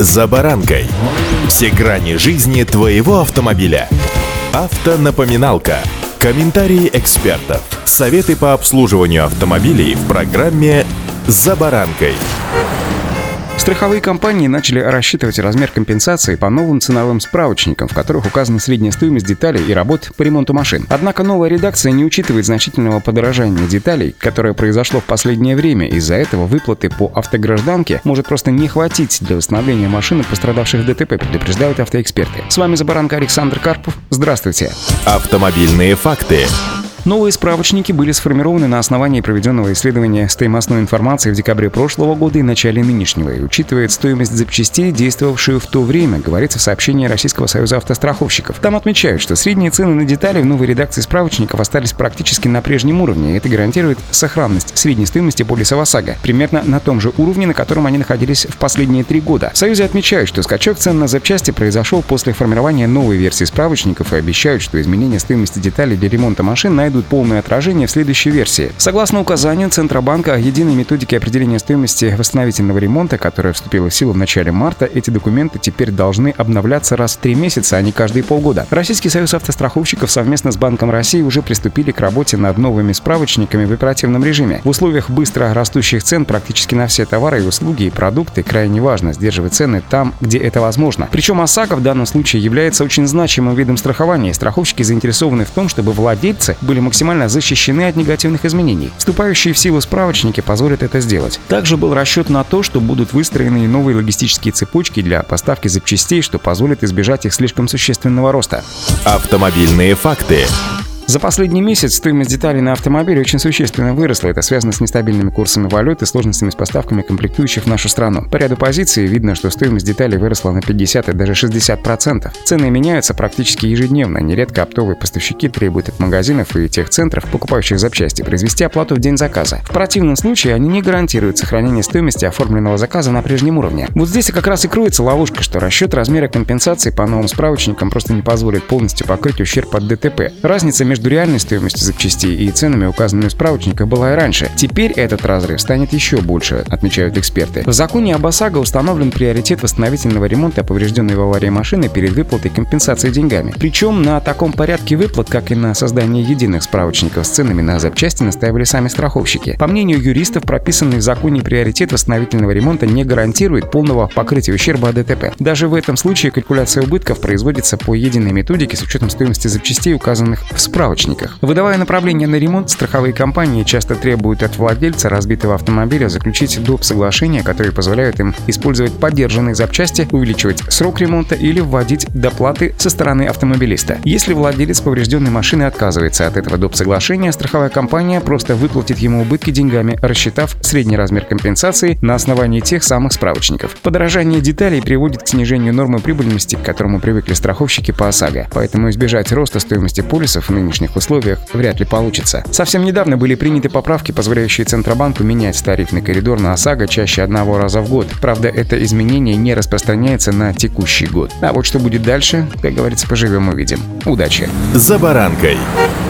«За баранкой». Все грани жизни твоего автомобиля. Автонапоминалка. Комментарии экспертов. Советы по обслуживанию автомобилей в программе «За баранкой». Страховые компании начали рассчитывать размер компенсации по новым ценовым справочникам, в которых указана средняя стоимость деталей и работ по ремонту машин. Однако новая редакция не учитывает значительного подорожания деталей, которое произошло в последнее время. Из-за этого выплаты по автогражданке может просто не хватить для восстановления машин, пострадавших в ДТП, предупреждают автоэксперты. С вами «За баранкой» Александр Карпов. Здравствуйте. Автомобильные факты. Новые справочники были сформированы на основании проведенного исследования стоимостной информации в декабре прошлого года и начале нынешнего и учитывает стоимость запчастей, действовавшую в то время, говорится в сообщении Российского союза автостраховщиков. Там отмечают, что средние цены на детали в новой редакции справочников остались практически на прежнем уровне, и это гарантирует сохранность средней стоимости полиса ОСАГО, примерно на том же уровне, на котором они находились в последние 3 года. В Союзе отмечают, что скачок цен на запчасти произошел после формирования новой версии справочников и обещают, что изменение стоимости деталей для ремонта машин найдут полное отражение в следующей версии. Согласно указанию Центробанка о единой методике определения стоимости восстановительного ремонта, которая вступила в силу в начале марта, эти документы теперь должны обновляться раз в 3 месяца, а не каждые полгода. Российский союз автостраховщиков совместно с Банком России уже приступили к работе над новыми справочниками в оперативном режиме. В условиях быстро растущих цен практически на все товары и услуги и продукты крайне важно сдерживать цены там, где это возможно. Причем ОСАГО в данном случае является очень значимым видом страхования, и страховщики заинтересованы в том, чтобы владельцы были максимально защищены от негативных изменений. Вступающие в силу справочники позволят это сделать. Также был расчет на то, что будут выстроены новые логистические цепочки для поставки запчастей, что позволит избежать их слишком существенного роста. Автомобильные факты. За последний месяц стоимость деталей на автомобиле очень существенно выросла. Это связано с нестабильными курсами валют и сложностями с поставками комплектующих в нашу страну. По ряду позиций видно, что стоимость деталей выросла на 50 и даже 60%. Цены меняются практически ежедневно. Нередко оптовые поставщики требуют от магазинов и техцентров, покупающих запчасти, произвести оплату в день заказа. В противном случае они не гарантируют сохранение стоимости оформленного заказа на прежнем уровне. Вот здесь как раз и кроется ловушка, что расчет размера компенсации по новым справочникам просто не позволит полностью покрыть ущерб от ДТП. Разница между реальной стоимостью запчастей и ценами, указанными в справочниках, была и раньше. Теперь этот разрыв станет еще больше, отмечают эксперты. В законе об ОСАГО установлен приоритет восстановительного ремонта поврежденной в аварии машины перед выплатой компенсации деньгами. Причем на таком порядке выплат, как и на создание единых справочников с ценами на запчасти, настаивали сами страховщики. По мнению юристов, прописанный в законе приоритет восстановительного ремонта не гарантирует полного покрытия ущерба от ДТП. Даже в этом случае калькуляция убытков производится по единой методике с учетом стоимости запчастей, указанных в справочниках. Выдавая направление на ремонт, страховые компании часто требуют от владельца разбитого автомобиля заключить доп. Соглашения, которые позволяют им использовать подержанные запчасти, увеличивать срок ремонта или вводить доплаты со стороны автомобилиста. Если владелец поврежденной машины отказывается от этого доп. Соглашения, страховая компания просто выплатит ему убытки деньгами, рассчитав средний размер компенсации на основании тех самых справочников. Подорожание деталей приводит к снижению нормы прибыльности, к которому привыкли страховщики по ОСАГО. Поэтому избежать роста стоимости полисов в нынешних условиях вряд ли получится. Совсем недавно были приняты поправки, позволяющие Центробанку менять тарифный коридор на ОСАГО чаще 1 раза в год. Правда, это изменение не распространяется на текущий год. А вот что будет дальше, как говорится, поживем увидим. Удачи! «За баранкой».